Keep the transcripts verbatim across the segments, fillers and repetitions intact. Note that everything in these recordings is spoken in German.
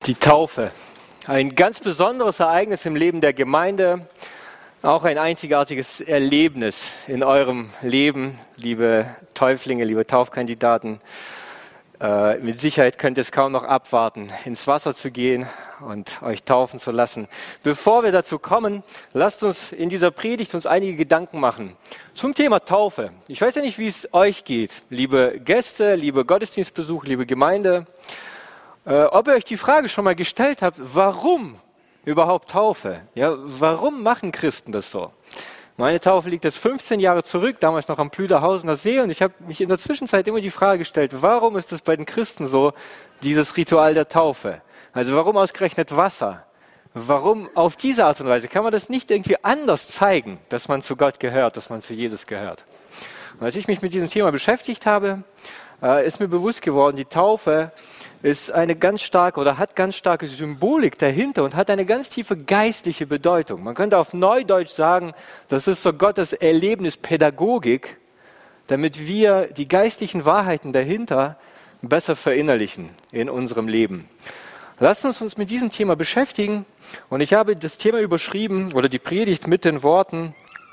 Die Taufe, ein ganz besonderes Ereignis im Leben der Gemeinde, auch ein einzigartiges Erlebnis in eurem Leben, liebe Täuflinge, liebe Taufkandidaten. Äh, mit Sicherheit könnt ihr es kaum noch abwarten, ins Wasser zu gehen und euch taufen zu lassen. Bevor wir dazu kommen, lasst uns in dieser Predigt uns einige Gedanken machen zum Thema Taufe. Ich weiß ja nicht, wie es euch geht, liebe Gäste, liebe Gottesdienstbesucher, liebe Gemeinde. Äh, ob ihr euch die Frage schon mal gestellt habt, warum überhaupt Taufe? Ja, warum machen Christen das so? Meine Taufe liegt jetzt fünfzehn Jahre zurück, damals noch am Plüderhausener See, und ich habe mich in der Zwischenzeit immer die Frage gestellt, warum ist es bei den Christen so, dieses Ritual der Taufe? Also warum ausgerechnet Wasser? Warum auf diese Art und Weise? Kann man das nicht irgendwie anders zeigen, dass man zu Gott gehört, dass man zu Jesus gehört? Und als ich mich mit diesem Thema beschäftigt habe, äh, ist mir bewusst geworden, die Taufe ist eine ganz starke oder hat ganz starke Symbolik dahinter und hat eine ganz tiefe geistliche Bedeutung. Man könnte auf Neudeutsch sagen, das ist so Gottes Erlebnispädagogik, damit wir die geistlichen Wahrheiten dahinter besser verinnerlichen in unserem Leben. Lasst uns uns mit diesem Thema beschäftigen, und ich habe das Thema überschrieben oder die Predigt mit den Worten: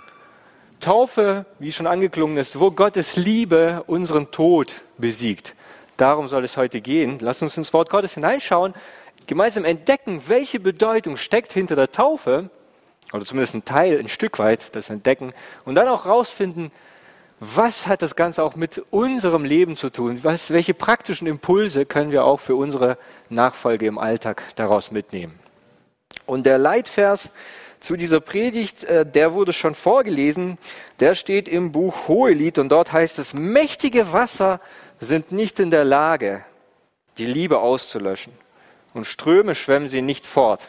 Taufe, wie schon angeklungen ist, wo Gottes Liebe unseren Tod besiegt. Darum soll es heute gehen. Lasst uns ins Wort Gottes hineinschauen, gemeinsam entdecken, welche Bedeutung steckt hinter der Taufe, oder zumindest ein Teil, ein Stück weit das entdecken, und dann auch rausfinden, was hat das Ganze auch mit unserem Leben zu tun, was, welche praktischen Impulse können wir auch für unsere Nachfolge im Alltag daraus mitnehmen. Und der Leitvers zu dieser Predigt, der wurde schon vorgelesen, der steht im Buch Hohelied, und dort heißt es: Mächtige Wasser sind nicht in der Lage, die Liebe auszulöschen, und Ströme schwemmen sie nicht fort.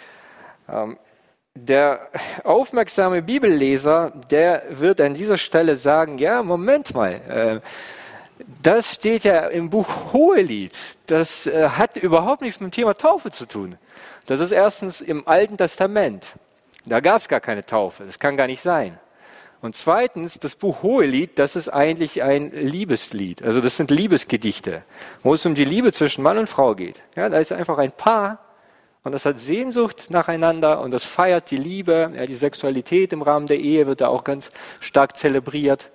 Ähm, der aufmerksame Bibelleser, der wird an dieser Stelle sagen, ja, Moment mal, äh, das steht ja im Buch Hohelied, das äh, hat überhaupt nichts mit dem Thema Taufe zu tun. Das ist erstens im Alten Testament, da gab es gar keine Taufe, das kann gar nicht sein. Und zweitens, das Buch Hohelied, das ist eigentlich ein Liebeslied. Also das sind Liebesgedichte, wo es um die Liebe zwischen Mann und Frau geht. Ja, da ist einfach ein Paar, und das hat Sehnsucht nacheinander, und das feiert die Liebe. Ja, die Sexualität im Rahmen der Ehe wird da auch ganz stark zelebriert.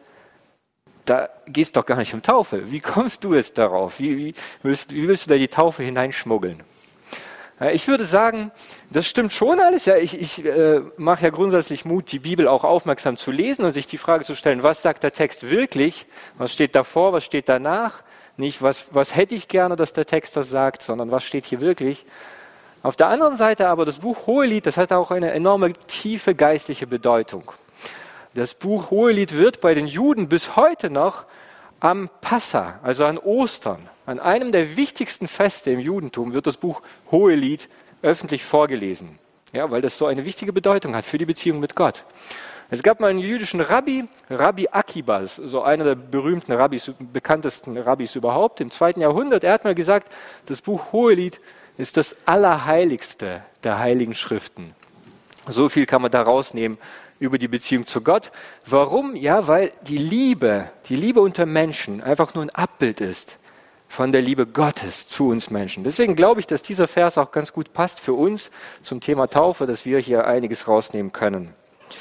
Da geht es doch gar nicht um Taufe. Wie kommst du jetzt darauf? Wie, wie, willst, wie willst du da die Taufe hineinschmuggeln? Ich würde sagen, das stimmt schon alles. Ja, ich ich äh, mache ja grundsätzlich Mut, die Bibel auch aufmerksam zu lesen und sich die Frage zu stellen, was sagt der Text wirklich? Was steht davor, was steht danach? Nicht, was, was hätte ich gerne, dass der Text das sagt, sondern was steht hier wirklich? Auf der anderen Seite aber, das Buch Hohelied, das hat auch eine enorme tiefe geistliche Bedeutung. Das Buch Hohelied wird bei den Juden bis heute noch am Passa, also an Ostern, an einem der wichtigsten Feste im Judentum, wird das Buch Hohelied öffentlich vorgelesen. Ja, weil das so eine wichtige Bedeutung hat für die Beziehung mit Gott. Es gab mal einen jüdischen Rabbi, Rabbi Akiba, so einer der berühmten Rabbis, bekanntesten Rabbis überhaupt, im zweiten Jahrhundert. Er hat mal gesagt, das Buch Hohelied ist das Allerheiligste der Heiligen Schriften. So viel kann man da rausnehmen über die Beziehung zu Gott. Warum? Ja, weil die Liebe, die Liebe unter Menschen einfach nur ein Abbild ist von der Liebe Gottes zu uns Menschen. Deswegen glaube ich, dass dieser Vers auch ganz gut passt für uns zum Thema Taufe, dass wir hier einiges rausnehmen können.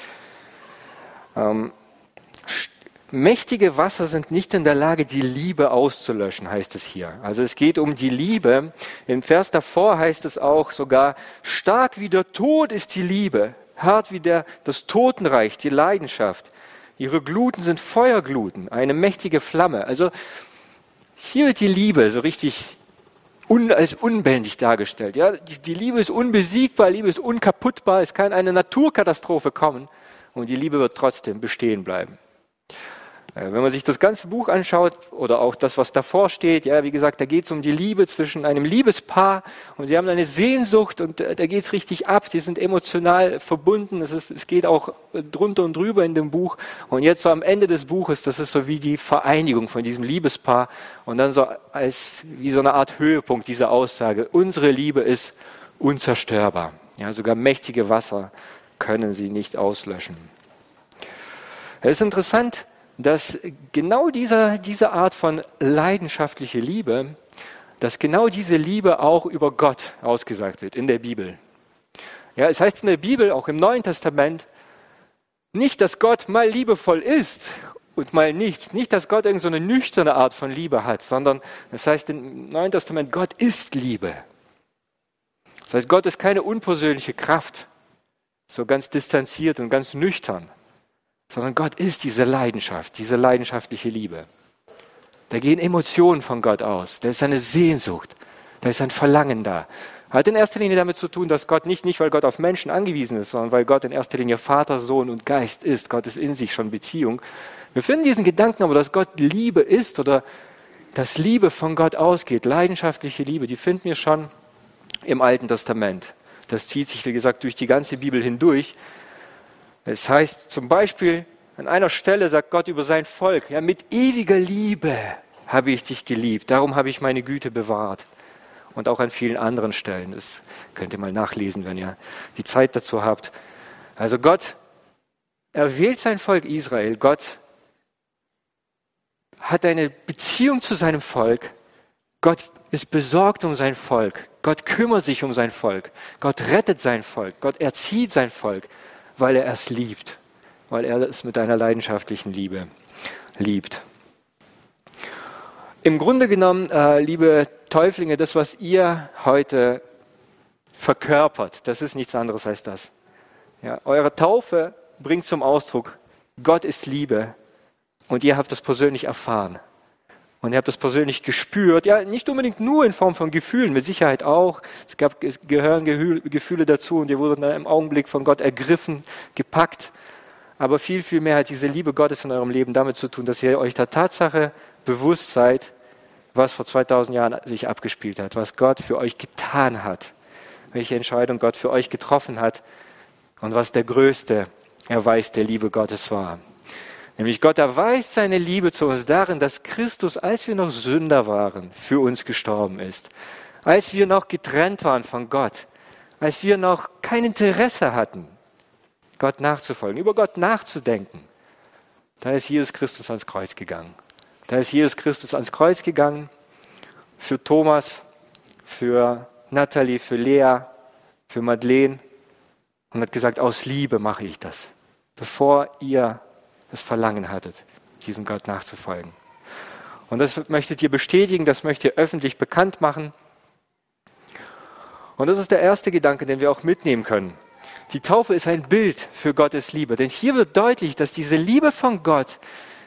Ähm, Mächtige Wasser sind nicht in der Lage, die Liebe auszulöschen, heißt es hier. Also es geht um die Liebe. Im Vers davor heißt es auch sogar: Stark wie der Tod ist die Liebe, hart wie der, das Totenreich, die Leidenschaft. Ihre Gluten sind Feuergluten, eine mächtige Flamme. Also hier wird die Liebe so richtig un, als unbändig dargestellt. Ja, die, die Liebe ist unbesiegbar, Liebe ist unkaputtbar, es kann eine Naturkatastrophe kommen und die Liebe wird trotzdem bestehen bleiben. Wenn man sich das ganze Buch anschaut oder auch das, was davor steht, ja, wie gesagt, da geht es um die Liebe zwischen einem Liebespaar, und sie haben eine Sehnsucht, und da geht es richtig ab, die sind emotional verbunden, es, ist, es geht auch drunter und drüber in dem Buch, und jetzt so am Ende des Buches, das ist so wie die Vereinigung von diesem Liebespaar, und dann so als wie so eine Art Höhepunkt dieser Aussage: Unsere Liebe ist unzerstörbar, ja, sogar mächtige Wasser können sie nicht auslöschen. Es ist interessant, dass genau dieser, diese Art von leidenschaftlicher Liebe dass genau diese Liebe auch über Gott ausgesagt wird in der Bibel. Ja, es heißt in der Bibel, auch im Neuen Testament, nicht, dass Gott mal liebevoll ist und mal nicht. Nicht, dass Gott irgend so eine nüchterne Art von Liebe hat, sondern es heißt im Neuen Testament, Gott ist Liebe. Das heißt, Gott ist keine unpersönliche Kraft, so ganz distanziert und ganz nüchtern, sondern Gott ist diese Leidenschaft, diese leidenschaftliche Liebe. Da gehen Emotionen von Gott aus, da ist eine Sehnsucht, da ist ein Verlangen da. Hat in erster Linie damit zu tun, dass Gott nicht, nicht weil Gott auf Menschen angewiesen ist, sondern weil Gott in erster Linie Vater, Sohn und Geist ist. Gott ist in sich schon Beziehung. Wir finden diesen Gedanken aber, dass Gott Liebe ist oder dass Liebe von Gott ausgeht, leidenschaftliche Liebe, die finden wir schon im Alten Testament. Das zieht sich, wie gesagt, durch die ganze Bibel hindurch. Es heißt zum Beispiel, an einer Stelle sagt Gott über sein Volk, ja, mit ewiger Liebe habe ich dich geliebt, darum habe ich meine Güte bewahrt. Und auch an vielen anderen Stellen. Das könnt ihr mal nachlesen, wenn ihr die Zeit dazu habt. Also Gott erwählt sein Volk Israel. Gott hat eine Beziehung zu seinem Volk. Gott ist besorgt um sein Volk. Gott kümmert sich um sein Volk. Gott rettet sein Volk. Gott erzieht sein Volk, weil er es liebt. Weil er es mit einer leidenschaftlichen Liebe liebt. Im Grunde genommen, äh, liebe Täuflinge, das, was ihr heute verkörpert, das ist nichts anderes als das. Ja, eure Taufe bringt zum Ausdruck, Gott ist Liebe und ihr habt das persönlich erfahren. Und ihr habt das persönlich gespürt, ja, nicht unbedingt nur in Form von Gefühlen, mit Sicherheit auch. Es, gab, es gehören Gefühle dazu und ihr wurdet dann im Augenblick von Gott ergriffen, gepackt. Aber viel, viel mehr hat diese Liebe Gottes in eurem Leben damit zu tun, dass ihr euch der Tatsache bewusst seid, was vor zweitausend Jahren sich abgespielt hat, was Gott für euch getan hat, welche Entscheidung Gott für euch getroffen hat und was der größte Erweis der Liebe Gottes war. Nämlich Gott erweist seine Liebe zu uns darin, dass Christus, als wir noch Sünder waren, für uns gestorben ist. Als wir noch getrennt waren von Gott, als wir noch kein Interesse hatten, Gott nachzufolgen, über Gott nachzudenken, da ist Jesus Christus ans Kreuz gegangen. Da ist Jesus Christus ans Kreuz gegangen, für Thomas, für Natalie, für Lea, für Madeleine und hat gesagt, aus Liebe mache ich das, bevor ihr das Verlangen hattet, diesem Gott nachzufolgen. Und das möchtet ihr bestätigen, das möchtet ihr öffentlich bekannt machen. Und das ist der erste Gedanke, den wir auch mitnehmen können. Die Taufe ist ein Bild für Gottes Liebe, denn hier wird deutlich, dass diese Liebe von Gott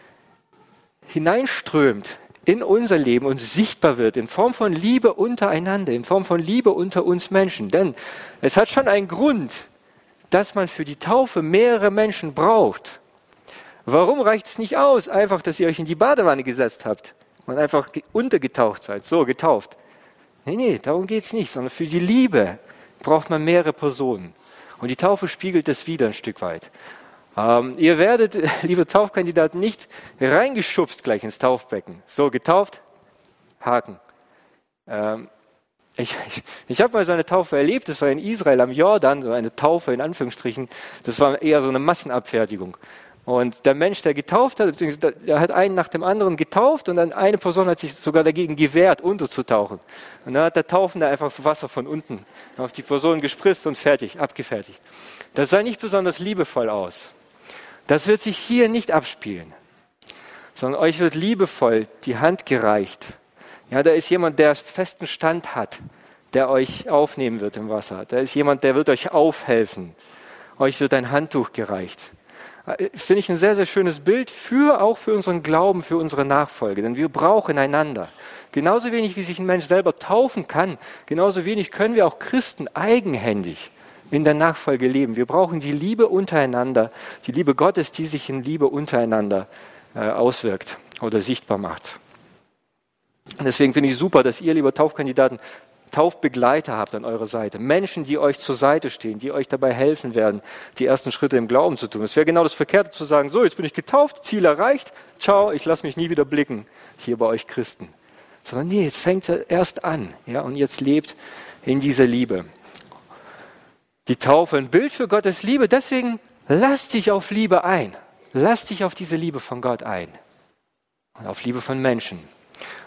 hineinströmt in unser Leben und sichtbar wird in Form von Liebe untereinander, in Form von Liebe unter uns Menschen. Denn es hat schon einen Grund, dass man für die Taufe mehrere Menschen braucht. Warum reicht es nicht aus, einfach, dass ihr euch in die Badewanne gesetzt habt und einfach untergetaucht seid, so getauft? Nee, nee, darum geht es nicht, sondern für die Liebe braucht man mehrere Personen. Und die Taufe spiegelt das wieder ein Stück weit. Ähm, ihr werdet, liebe Taufkandidaten, nicht reingeschubst gleich ins Taufbecken. So, getauft, Haken. Ähm, ich ich, ich habe mal so eine Taufe erlebt, das war in Israel am Jordan, so eine Taufe in Anführungsstrichen. Das war eher so eine Massenabfertigung. Und der Mensch, der getauft hat, beziehungsweise der hat einen nach dem anderen getauft und dann eine Person hat sich sogar dagegen gewehrt, unterzutauchen. Und dann hat der Taufende einfach Wasser von unten auf die Person gespritzt und fertig, abgefertigt. Das sah nicht besonders liebevoll aus. Das wird sich hier nicht abspielen, sondern euch wird liebevoll die Hand gereicht. Ja, da ist jemand, der festen Stand hat, der euch aufnehmen wird im Wasser. Da ist jemand, der wird euch aufhelfen. Euch wird ein Handtuch gereicht. Finde ich ein sehr, sehr schönes Bild, für, auch für unseren Glauben, für unsere Nachfolge. Denn wir brauchen einander. Genauso wenig, wie sich ein Mensch selber taufen kann, genauso wenig können wir auch Christen eigenhändig in der Nachfolge leben. Wir brauchen die Liebe untereinander, die Liebe Gottes, die sich in Liebe untereinander äh, auswirkt oder sichtbar macht. Und deswegen finde ich super, dass ihr, liebe Taufkandidaten, Taufbegleiter habt an eurer Seite. Menschen, die euch zur Seite stehen, die euch dabei helfen werden, die ersten Schritte im Glauben zu tun. Es wäre genau das Verkehrte zu sagen, so, jetzt bin ich getauft, Ziel erreicht, ciao, ich lasse mich nie wieder blicken, hier bei euch Christen. Sondern nee, jetzt fängt es erst an, ja, und jetzt lebt in dieser Liebe. Die Taufe, ein Bild für Gottes Liebe, deswegen lass dich auf Liebe ein. Lass dich auf diese Liebe von Gott ein. Und auf Liebe von Menschen.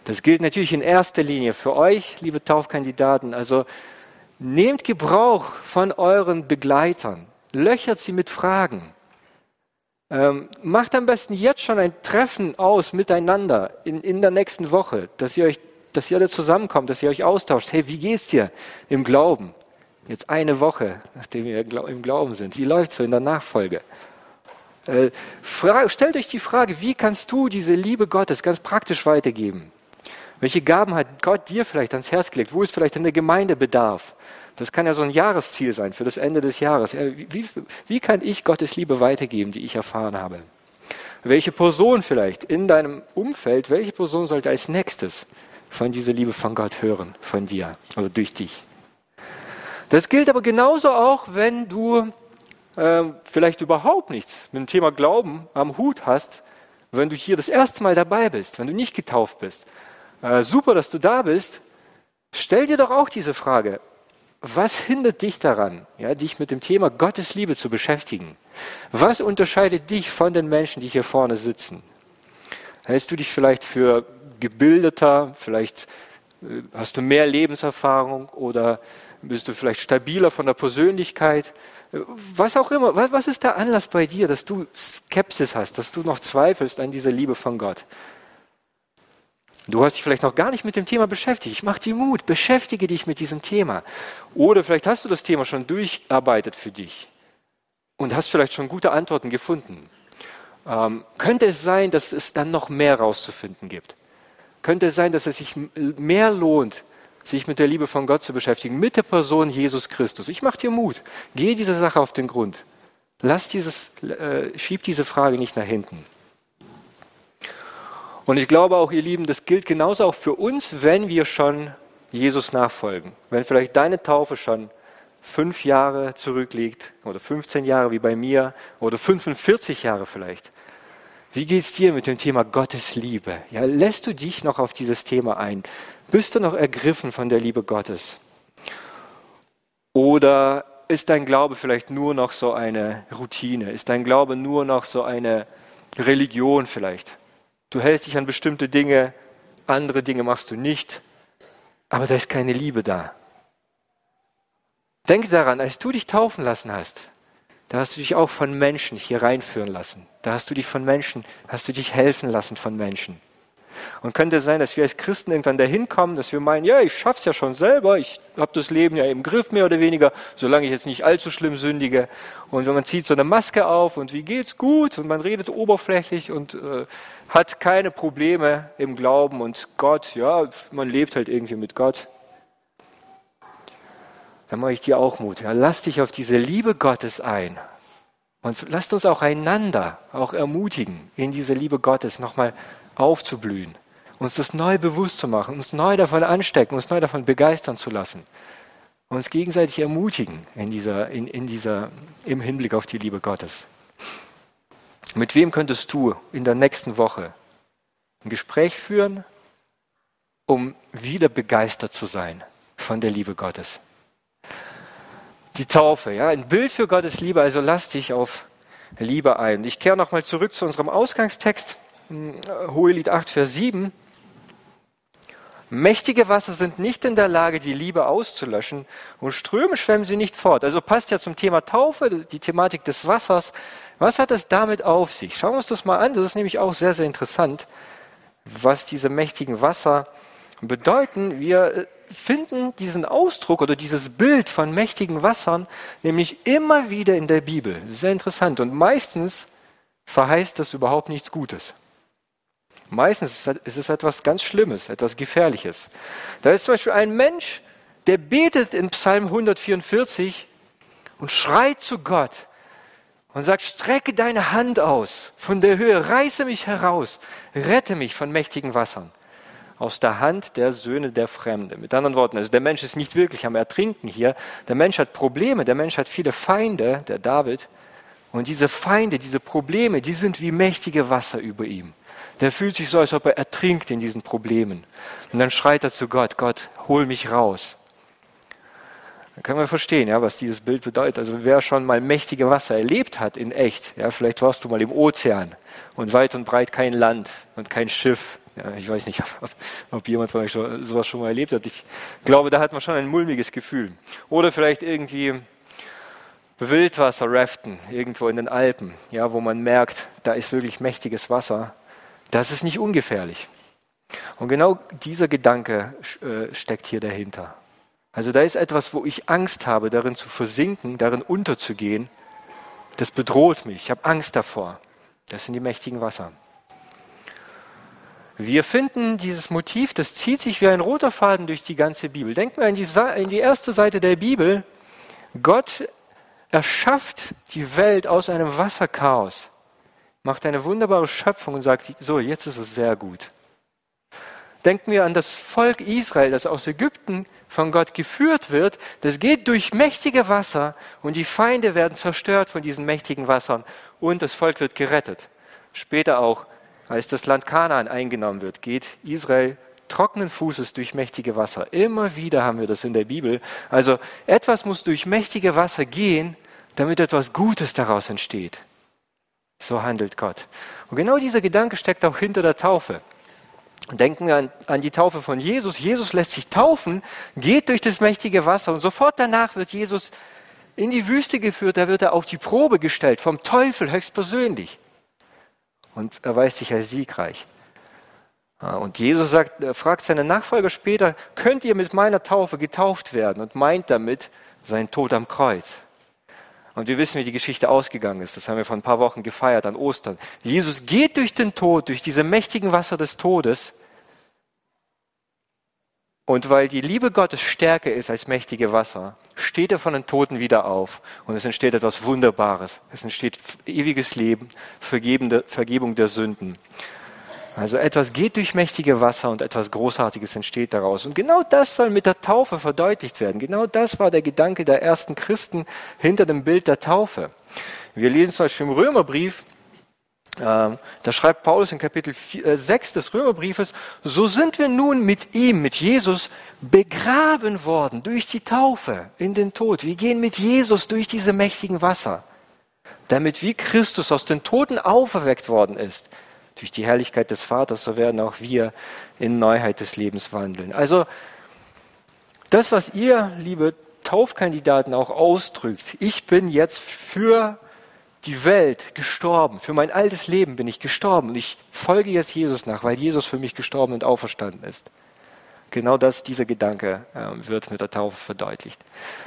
Das gilt natürlich in erster Linie für euch, liebe Taufkandidaten. Also nehmt Gebrauch von euren Begleitern, löchert sie mit Fragen. Ähm, macht am besten jetzt schon ein Treffen aus miteinander in, in der nächsten Woche, dass ihr euch, dass ihr alle zusammenkommt, dass ihr euch austauscht. Hey, wie geht's dir im Glauben? Jetzt eine Woche, nachdem wir im Glauben sind. Wie läuft's so in der Nachfolge? Äh, frag, stellt euch die Frage, wie kannst du diese Liebe Gottes ganz praktisch weitergeben? Welche Gaben hat Gott dir vielleicht ans Herz gelegt? Wo ist vielleicht in der Gemeinde Bedarf? Das kann ja so ein Jahresziel sein für das Ende des Jahres. Wie, wie kann ich Gottes Liebe weitergeben, die ich erfahren habe? Welche Person vielleicht in deinem Umfeld, welche Person sollte als nächstes von dieser Liebe von Gott hören, von dir oder durch dich? Das gilt aber genauso auch, wenn du äh, vielleicht überhaupt nichts mit dem Thema Glauben am Hut hast, wenn du hier das erste Mal dabei bist, wenn du nicht getauft bist. Äh, super, dass du da bist. Stell dir doch auch diese Frage. Was hindert dich daran, ja, dich mit dem Thema Gottes Liebe zu beschäftigen? Was unterscheidet dich von den Menschen, die hier vorne sitzen? Hältst du dich vielleicht für gebildeter, vielleicht äh, hast du mehr Lebenserfahrung oder bist du vielleicht stabiler von der Persönlichkeit? Was auch immer, was, was ist der Anlass bei dir, dass du Skepsis hast, dass du noch zweifelst an dieser Liebe von Gott? Du hast dich vielleicht noch gar nicht mit dem Thema beschäftigt. Ich mache dir Mut, beschäftige dich mit diesem Thema. Oder vielleicht hast du das Thema schon durcharbeitet für dich und hast vielleicht schon gute Antworten gefunden. Ähm, könnte es sein, dass es dann noch mehr rauszufinden gibt? Könnte es sein, dass es sich mehr lohnt, sich mit der Liebe von Gott zu beschäftigen, mit der Person Jesus Christus? Ich mache dir Mut. Geh dieser Sache auf den Grund. Lass dieses, äh, schieb diese Frage nicht nach hinten. Und ich glaube auch, ihr Lieben, das gilt genauso auch für uns, wenn wir schon Jesus nachfolgen. Wenn vielleicht deine Taufe schon fünf Jahre zurückliegt oder fünfzehn Jahre wie bei mir oder fünfundvierzig Jahre vielleicht. Wie geht es dir mit dem Thema Gottes Liebe? Ja, lässt du dich noch auf dieses Thema ein? Bist du noch ergriffen von der Liebe Gottes? Oder ist dein Glaube vielleicht nur noch so eine Routine? Ist dein Glaube nur noch so eine Religion vielleicht? Du hältst dich an bestimmte Dinge, andere Dinge machst du nicht, aber da ist keine Liebe da. Denk daran, als du dich taufen lassen hast, da hast du dich auch von Menschen hier reinführen lassen. Da hast du dich von Menschen, hast du dich helfen lassen von Menschen. Und könnte sein, dass wir als Christen irgendwann dahin kommen, dass wir meinen, ja, ich schaff's ja schon selber, ich habe das Leben ja im Griff, mehr oder weniger, solange ich jetzt nicht allzu schlimm sündige. Und wenn man zieht so eine Maske auf und wie geht's gut und man redet oberflächlich und äh, hat keine Probleme im Glauben und Gott, ja, man lebt halt irgendwie mit Gott. Dann mache ich dir auch Mut. Ja, lass dich auf diese Liebe Gottes ein. Und lasst uns auch einander auch ermutigen, in diese Liebe Gottes nochmal aufzublühen, uns das neu bewusst zu machen, uns neu davon anstecken, uns neu davon begeistern zu lassen, uns gegenseitig ermutigen in dieser, in, in dieser, im Hinblick auf die Liebe Gottes. Mit wem könntest du in der nächsten Woche ein Gespräch führen, um wieder begeistert zu sein von der Liebe Gottes? Die Taufe, ja, ein Bild für Gottes Liebe, also lass dich auf Liebe ein. Ich kehre nochmal zurück zu unserem Ausgangstext. Hohelied acht, Vers sieben. Mächtige Wasser sind nicht in der Lage, die Liebe auszulöschen und Ströme schwemmen sie nicht fort. Also passt ja zum Thema Taufe, die Thematik des Wassers. Was hat es damit auf sich? Schauen wir uns das mal an. Das ist nämlich auch sehr, sehr interessant, was diese mächtigen Wasser bedeuten. Wir finden diesen Ausdruck oder dieses Bild von mächtigen Wassern nämlich immer wieder in der Bibel. Sehr interessant. Und meistens verheißt das überhaupt nichts Gutes. Meistens ist es etwas ganz Schlimmes, etwas Gefährliches. Da ist zum Beispiel ein Mensch, der betet in Psalm hundertvierundvierzig und schreit zu Gott und sagt, strecke deine Hand aus von der Höhe, reiße mich heraus, rette mich von mächtigen Wassern aus der Hand der Söhne der Fremde. Mit anderen Worten, also der Mensch ist nicht wirklich am Ertrinken hier. Der Mensch hat Probleme, der Mensch hat viele Feinde, der David. Und diese Feinde, diese Probleme, die sind wie mächtige Wasser über ihm. Der fühlt sich so, als ob er ertrinkt in diesen Problemen. Und dann schreit er zu Gott, Gott, hol mich raus. Dann können wir verstehen, ja, was dieses Bild bedeutet. Also wer schon mal mächtige Wasser erlebt hat in echt, ja, vielleicht warst du mal im Ozean und weit und breit kein Land und kein Schiff. Ja, ich weiß nicht, ob, ob jemand von euch schon, sowas schon mal erlebt hat. Ich glaube, da hat man schon ein mulmiges Gefühl. Oder vielleicht irgendwie Wildwasser-Raften irgendwo in den Alpen, ja, wo man merkt, da ist wirklich mächtiges Wasser. Das ist nicht ungefährlich. Und genau dieser Gedanke äh, steckt hier dahinter. Also da ist etwas, wo ich Angst habe, darin zu versinken, darin unterzugehen. Das bedroht mich. Ich habe Angst davor. Das sind die mächtigen Wasser. Wir finden dieses Motiv, das zieht sich wie ein roter Faden durch die ganze Bibel. Denkt mal an die, in die erste Seite der Bibel. Gott erschafft die Welt aus einem Wasserchaos, macht eine wunderbare Schöpfung und sagt, so, jetzt ist es sehr gut. Denken wir an das Volk Israel, das aus Ägypten von Gott geführt wird. Das geht durch mächtige Wasser und die Feinde werden zerstört von diesen mächtigen Wassern und das Volk wird gerettet. Später auch, als das Land Kanaan eingenommen wird, geht Israel trockenen Fußes durch mächtige Wasser. Immer wieder haben wir das in der Bibel. Also etwas muss durch mächtige Wasser gehen, damit etwas Gutes daraus entsteht. So handelt Gott. Und genau dieser Gedanke steckt auch hinter der Taufe. Denken wir an, an die Taufe von Jesus. Jesus lässt sich taufen, geht durch das mächtige Wasser und sofort danach wird Jesus in die Wüste geführt. Da wird er auf die Probe gestellt, vom Teufel höchstpersönlich. Und erweist sich als siegreich. Und Jesus sagt, fragt seine Nachfolger später, könnt ihr mit meiner Taufe getauft werden? Und meint damit seinen Tod am Kreuz. Und wir wissen, wie die Geschichte ausgegangen ist. Das haben wir vor ein paar Wochen gefeiert an Ostern. Jesus geht durch den Tod, durch diese mächtigen Wasser des Todes. Und weil die Liebe Gottes stärker ist als mächtige Wasser, steht er von den Toten wieder auf. Und es entsteht etwas Wunderbares. Es entsteht ewiges Leben, Vergebung der Sünden. Also etwas geht durch mächtige Wasser und etwas Großartiges entsteht daraus. Und genau das soll mit der Taufe verdeutlicht werden. Genau das war der Gedanke der ersten Christen hinter dem Bild der Taufe. Wir lesen zum Beispiel im Römerbrief, äh, da schreibt Paulus in Kapitel sechs des Römerbriefes, so sind wir nun mit ihm, mit Jesus, begraben worden durch die Taufe in den Tod. Wir gehen mit Jesus durch diese mächtigen Wasser, damit wie Christus aus den Toten auferweckt worden ist, durch die Herrlichkeit des Vaters, so werden auch wir in Neuheit des Lebens wandeln. Also das, was ihr, liebe Taufkandidaten, auch ausdrückt, ich bin jetzt für die Welt gestorben, für mein altes Leben bin ich gestorben und ich folge jetzt Jesus nach, weil Jesus für mich gestorben und auferstanden ist. Genau das, dieser Gedanke äh, wird mit der Taufe verdeutlicht.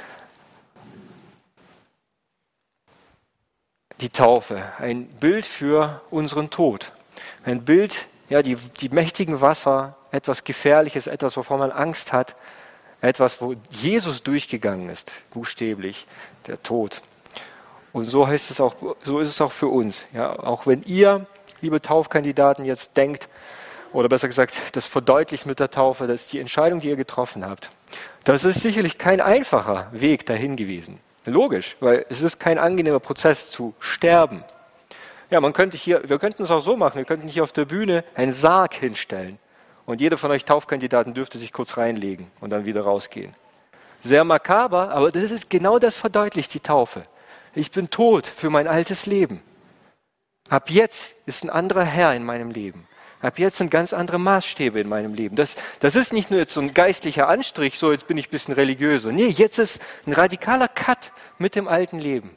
Die Taufe, ein Bild für unseren Tod. Ein Bild, ja, die, die mächtigen Wasser, etwas Gefährliches, etwas, wovon man Angst hat, etwas, wo Jesus durchgegangen ist, buchstäblich, der Tod. Und so heißt es auch, so ist es auch für uns. Ja, auch wenn ihr, liebe Taufkandidaten, jetzt denkt, oder besser gesagt, das verdeutlicht mit der Taufe, das ist die Entscheidung, die ihr getroffen habt. Das ist sicherlich kein einfacher Weg dahin gewesen. Logisch, weil es ist kein angenehmer Prozess zu sterben. Ja, man könnte hier, wir könnten es auch so machen, wir könnten hier auf der Bühne einen Sarg hinstellen und jeder von euch Taufkandidaten dürfte sich kurz reinlegen und dann wieder rausgehen. Sehr makaber, aber das ist genau das verdeutlicht die Taufe. Ich bin tot für mein altes Leben. Ab jetzt ist ein anderer Herr in meinem Leben. Ab jetzt sind ganz andere Maßstäbe in meinem Leben. Das, das ist nicht nur jetzt so ein geistlicher Anstrich, so jetzt bin ich ein bisschen religiöser. Nee, jetzt ist ein radikaler Cut mit dem alten Leben.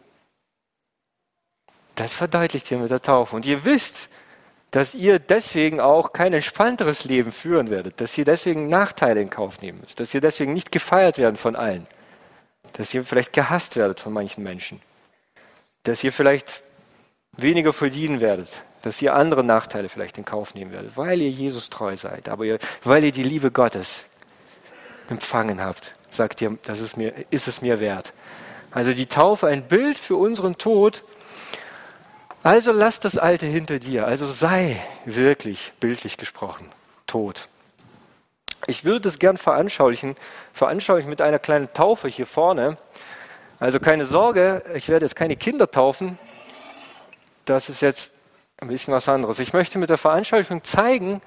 Das verdeutlicht ihr mit der Taufe. Und ihr wisst, dass ihr deswegen auch kein entspannteres Leben führen werdet, dass ihr deswegen Nachteile in Kauf nehmen müsst, dass ihr deswegen nicht gefeiert werden von allen, dass ihr vielleicht gehasst werdet von manchen Menschen, dass ihr vielleicht weniger verdienen werdet, dass ihr andere Nachteile vielleicht in Kauf nehmen werdet, weil ihr Jesus treu seid, aber ihr, weil ihr die Liebe Gottes empfangen habt, sagt ihr, das ist, mir, ist es mir wert. Also die Taufe, ein Bild für unseren Tod. Also lass das Alte hinter dir, also sei wirklich, bildlich gesprochen, tot. Ich würde das gern veranschaulichen, veranschaulichen mit einer kleinen Taufe hier vorne. Also keine Sorge, ich werde jetzt keine Kinder taufen, das ist jetzt ein bisschen was anderes. Ich möchte mit der Veranschaulichung zeigen,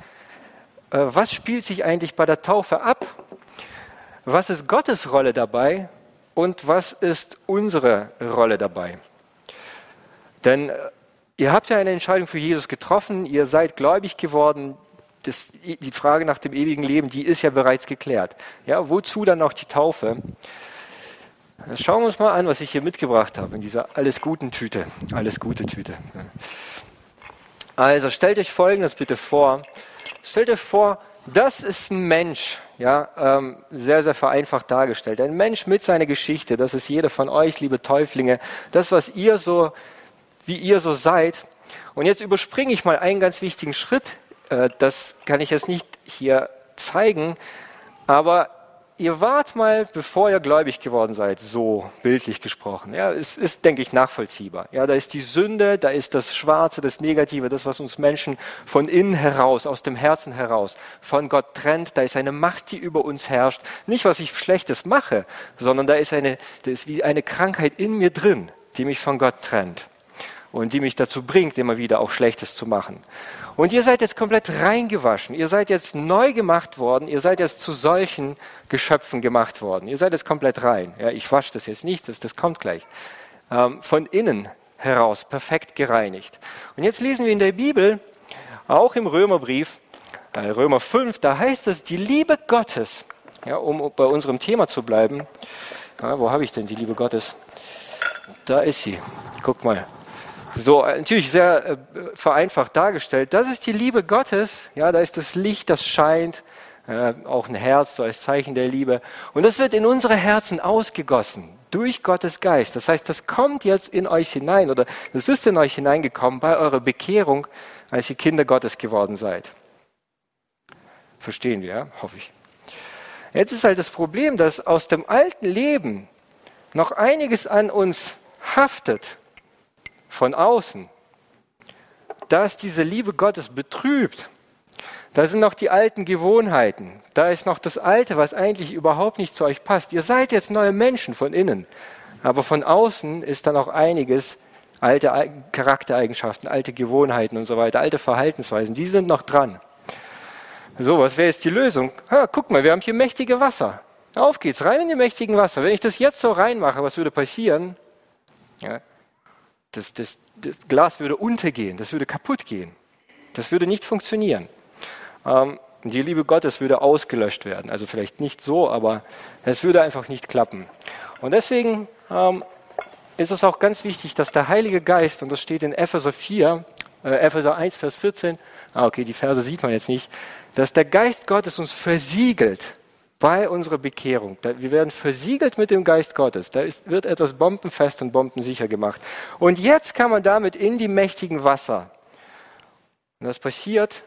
was spielt sich eigentlich bei der Taufe ab, was ist Gottes Rolle dabei und was ist unsere Rolle dabei? Denn ihr habt ja eine Entscheidung für Jesus getroffen, ihr seid gläubig geworden. Das, die Frage nach dem ewigen Leben, die ist ja bereits geklärt. Ja, wozu dann noch die Taufe? Schauen wir uns mal an, was ich hier mitgebracht habe in dieser alles guten Tüte. Alles gute Tüte. Also stellt euch Folgendes bitte vor. Stellt euch vor, das ist ein Mensch, ja, ähm, sehr, sehr vereinfacht dargestellt. Ein Mensch mit seiner Geschichte, das ist jeder von euch, liebe Täuflinge, das, was ihr so, wie ihr so seid. Und jetzt überspringe ich mal einen ganz wichtigen Schritt, äh, das kann ich jetzt nicht hier zeigen, aber ihr wart mal, bevor ihr gläubig geworden seid, so bildlich gesprochen. Ja, es ist, denke ich, nachvollziehbar. Ja, da ist die Sünde, da ist das Schwarze, das Negative, das, was uns Menschen von innen heraus, aus dem Herzen heraus, von Gott trennt. Da ist eine Macht, die über uns herrscht. Nicht, was ich Schlechtes mache, sondern da ist eine, da ist wie eine Krankheit in mir drin, die mich von Gott trennt und die mich dazu bringt, immer wieder auch Schlechtes zu machen. Und ihr seid jetzt komplett reingewaschen. Ihr seid jetzt neu gemacht worden. Ihr seid jetzt zu solchen Geschöpfen gemacht worden. Ihr seid jetzt komplett rein. Ja, ich wasche das jetzt nicht, das, das kommt gleich. Ähm, von innen heraus perfekt gereinigt. Und jetzt lesen wir in der Bibel, auch im Römerbrief, äh, Römer fünf, da heißt es, die Liebe Gottes, ja, um bei unserem Thema zu bleiben. Ja, wo habe ich denn die Liebe Gottes? Da ist sie. Guck mal. So, natürlich sehr äh, vereinfacht dargestellt. Das ist die Liebe Gottes. Ja, da ist das Licht, das scheint. Äh, auch ein Herz, so als Zeichen der Liebe. Und das wird in unsere Herzen ausgegossen. Durch Gottes Geist. Das heißt, das kommt jetzt in euch hinein. Oder das ist in euch hineingekommen bei eurer Bekehrung, als ihr Kinder Gottes geworden seid. Verstehen wir, ja? Hoffe ich. Jetzt ist halt das Problem, dass aus dem alten Leben noch einiges an uns haftet. Von außen, da ist diese Liebe Gottes betrübt. Da sind noch die alten Gewohnheiten. Da ist noch das Alte, was eigentlich überhaupt nicht zu euch passt. Ihr seid jetzt neue Menschen von innen. Aber von außen ist dann auch einiges, alte Charaktereigenschaften, alte Gewohnheiten und so weiter, alte Verhaltensweisen, die sind noch dran. So, was wäre jetzt die Lösung? Ha, guck mal, wir haben hier mächtige Wasser. Auf geht's, rein in die mächtigen Wasser. Wenn ich das jetzt so reinmache, was würde passieren? Ja. Das, das, das Glas würde untergehen, das würde kaputt gehen. Das würde nicht funktionieren. Ähm, die Liebe Gottes würde ausgelöscht werden. Also vielleicht nicht so, aber es würde einfach nicht klappen. Und deswegen ähm, ist es auch ganz wichtig, dass der Heilige Geist, und das steht in Epheser vier, äh, Epheser eins, Vers vierzehn, ah, okay, die Verse sieht man jetzt nicht, dass der Geist Gottes uns versiegelt bei unserer Bekehrung. Wir werden versiegelt mit dem Geist Gottes. Da ist, wird etwas bombenfest und bombensicher gemacht. Und jetzt kann man damit in die mächtigen Wasser. Und was passiert?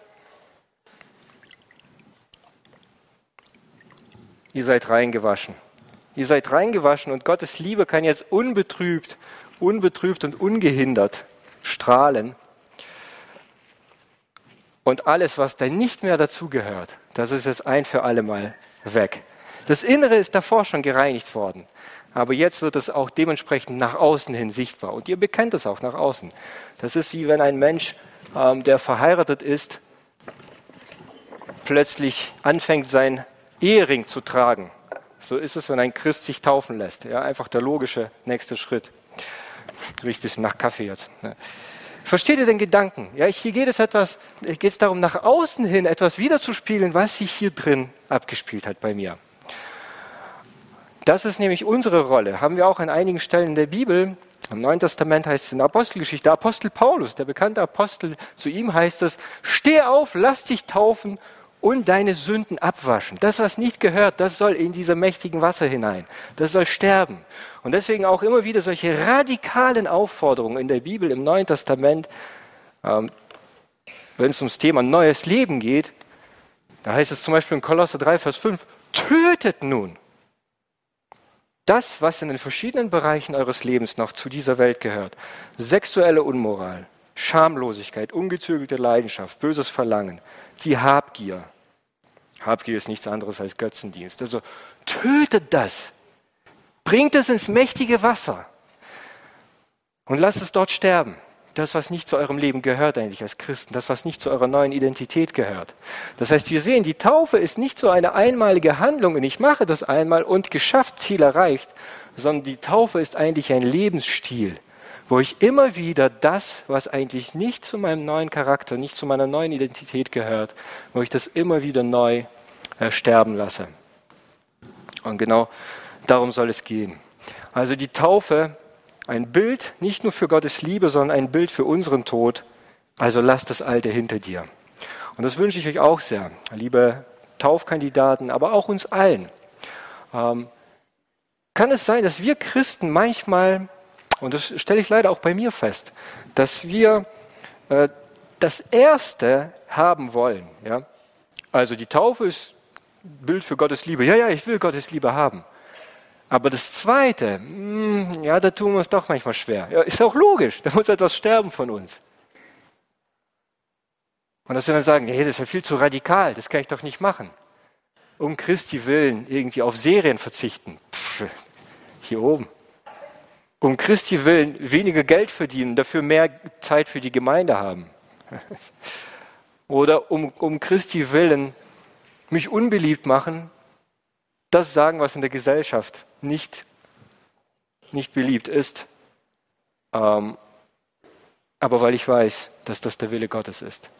Ihr seid reingewaschen. Ihr seid reingewaschen und Gottes Liebe kann jetzt unbetrübt, unbetrübt und ungehindert strahlen. Und alles, was da nicht mehr dazugehört, das ist jetzt ein für alle Mal weg. Das Innere ist davor schon gereinigt worden, aber jetzt wird es auch dementsprechend nach außen hin sichtbar und ihr bekennt es auch nach außen. Das ist wie wenn ein Mensch, ähm, der verheiratet ist, plötzlich anfängt, seinen Ehering zu tragen. So ist es, wenn ein Christ sich taufen lässt. Ja, einfach der logische nächste Schritt. Riecht ein bisschen nach Kaffee jetzt. Ja. Versteht ihr den Gedanken? Ja, hier geht es etwas, geht es darum, nach außen hin etwas wiederzuspiegeln, was sich hier drin abgespielt hat bei mir. Das ist nämlich unsere Rolle. Haben wir auch an einigen Stellen in der Bibel. Im Neuen Testament heißt es in der Apostelgeschichte, der Apostel Paulus, der bekannte Apostel, zu ihm heißt es, steh auf, lass dich taufen und deine Sünden abwaschen. Das, was nicht gehört, das soll in diese mächtigen Wasser hinein. Das soll sterben. Und deswegen auch immer wieder solche radikalen Aufforderungen in der Bibel, im Neuen Testament, ähm, wenn es ums Thema neues Leben geht, da heißt es zum Beispiel in Kolosser drei, Vers fünf, tötet nun das, was in den verschiedenen Bereichen eures Lebens noch zu dieser Welt gehört. Sexuelle Unmoral, Schamlosigkeit, ungezügelte Leidenschaft, böses Verlangen, die Habgier. Habgier ist nichts anderes als Götzendienst. Also tötet das. Bringt es ins mächtige Wasser und lasst es dort sterben. das, was nicht zu eurem Leben gehört eigentlich als Christen, das, was nicht zu eurer neuen Identität gehört. Das heißt, wir sehen, die Taufe ist nicht so eine einmalige Handlung und ich mache das einmal und geschafft, Ziel erreicht, sondern die Taufe ist eigentlich ein Lebensstil, wo ich immer wieder das, was eigentlich nicht zu meinem neuen Charakter, nicht zu meiner neuen Identität gehört, wo ich das immer wieder neu äh, sterben lasse. Und genau darum soll es gehen. Also die Taufe, ein Bild nicht nur für Gottes Liebe, sondern ein Bild für unseren Tod. Also lasst das Alte hinter dir. Und das wünsche ich euch auch sehr, liebe Taufkandidaten, aber auch uns allen. Ähm, kann es sein, dass wir Christen manchmal, und das stelle ich leider auch bei mir fest, dass wir äh, das Erste haben wollen. Ja? Also die Taufe ist ein Bild für Gottes Liebe. Ja, ja, ich will Gottes Liebe haben. Aber das Zweite, mh, ja, da tun wir uns doch manchmal schwer. Ja, ist auch logisch, da muss etwas sterben von uns. Und dass wir dann sagen, nee, das ist ja viel zu radikal, das kann ich doch nicht machen. Um Christi willen irgendwie auf Serien verzichten. Pff, hier oben. Um Christi willen weniger Geld verdienen, dafür mehr Zeit für die Gemeinde haben. Oder um, um Christi willen mich unbeliebt machen, das sagen, was in der Gesellschaft nicht, nicht beliebt ist, ähm, aber weil ich weiß, dass das der Wille Gottes ist.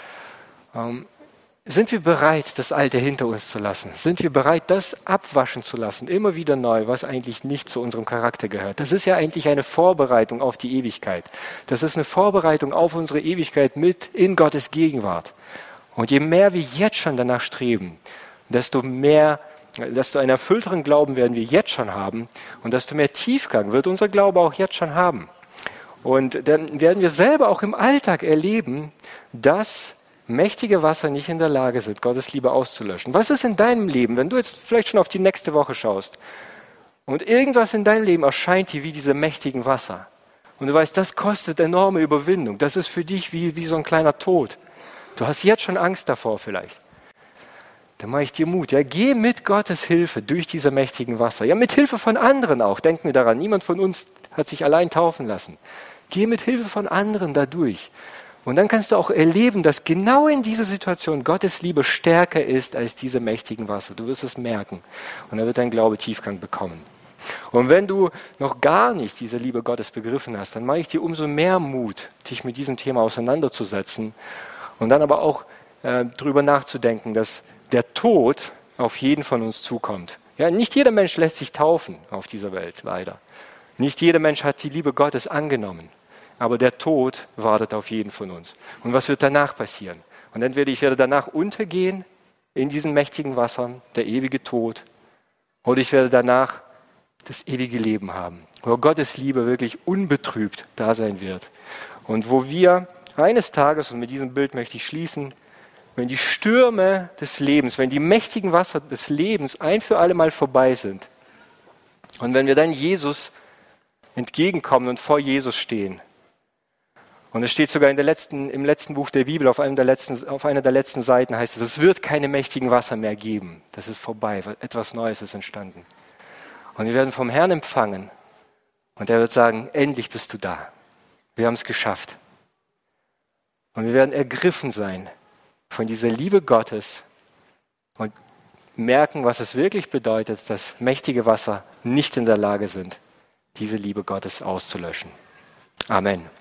Ähm, sind wir bereit, das Alte hinter uns zu lassen? Sind wir bereit, das abwaschen zu lassen, immer wieder neu, was eigentlich nicht zu unserem Charakter gehört? Das ist ja eigentlich eine Vorbereitung auf die Ewigkeit. Das ist eine Vorbereitung auf unsere Ewigkeit mit in Gottes Gegenwart. Und je mehr wir jetzt schon danach streben, desto mehr desto einen erfüllteren Glauben werden wir jetzt schon haben und desto mehr Tiefgang wird unser Glaube auch jetzt schon haben. Und dann werden wir selber auch im Alltag erleben, dass mächtige Wasser nicht in der Lage sind, Gottes Liebe auszulöschen. Was ist in deinem Leben, wenn du jetzt vielleicht schon auf die nächste Woche schaust und irgendwas in deinem Leben erscheint dir wie diese mächtigen Wasser und du weißt, das kostet enorme Überwindung, das ist für dich wie, wie so ein kleiner Tod. Du hast jetzt schon Angst davor vielleicht. Dann mache ich dir Mut. Ja, geh mit Gottes Hilfe durch diese mächtigen Wasser. Ja, mit Hilfe von anderen auch. Denken wir daran, niemand von uns hat sich allein taufen lassen. Geh mit Hilfe von anderen da durch. Und dann kannst du auch erleben, dass genau in dieser Situation Gottes Liebe stärker ist als diese mächtigen Wasser. Du wirst es merken. Und dann wird dein Glaube Tiefgang bekommen. Und wenn du noch gar nicht diese Liebe Gottes begriffen hast, dann mache ich dir umso mehr Mut, dich mit diesem Thema auseinanderzusetzen und dann aber auch äh, darüber nachzudenken, dass der Tod auf jeden von uns zukommt. Ja, nicht jeder Mensch lässt sich taufen auf dieser Welt, leider. Nicht jeder Mensch hat die Liebe Gottes angenommen. Aber der Tod wartet auf jeden von uns. Und was wird danach passieren? Und entweder ich werde danach untergehen in diesen mächtigen Wassern, der ewige Tod, oder ich werde danach das ewige Leben haben, wo Gottes Liebe wirklich unbetrübt da sein wird. Und wo wir eines Tages, und mit diesem Bild möchte ich schließen, wenn die Stürme des Lebens, wenn die mächtigen Wasser des Lebens ein für alle Mal vorbei sind und wenn wir dann Jesus entgegenkommen und vor Jesus stehen, und es steht sogar in der letzten, im letzten Buch der Bibel, auf, einem der letzten, auf einer der letzten Seiten heißt es, es wird keine mächtigen Wasser mehr geben. Das ist vorbei, etwas Neues ist entstanden. Und wir werden vom Herrn empfangen und er wird sagen, endlich bist du da. Wir haben es geschafft. Und wir werden ergriffen sein von dieser Liebe Gottes und merken, was es wirklich bedeutet, dass mächtige Wasser nicht in der Lage sind, diese Liebe Gottes auszulöschen. Amen.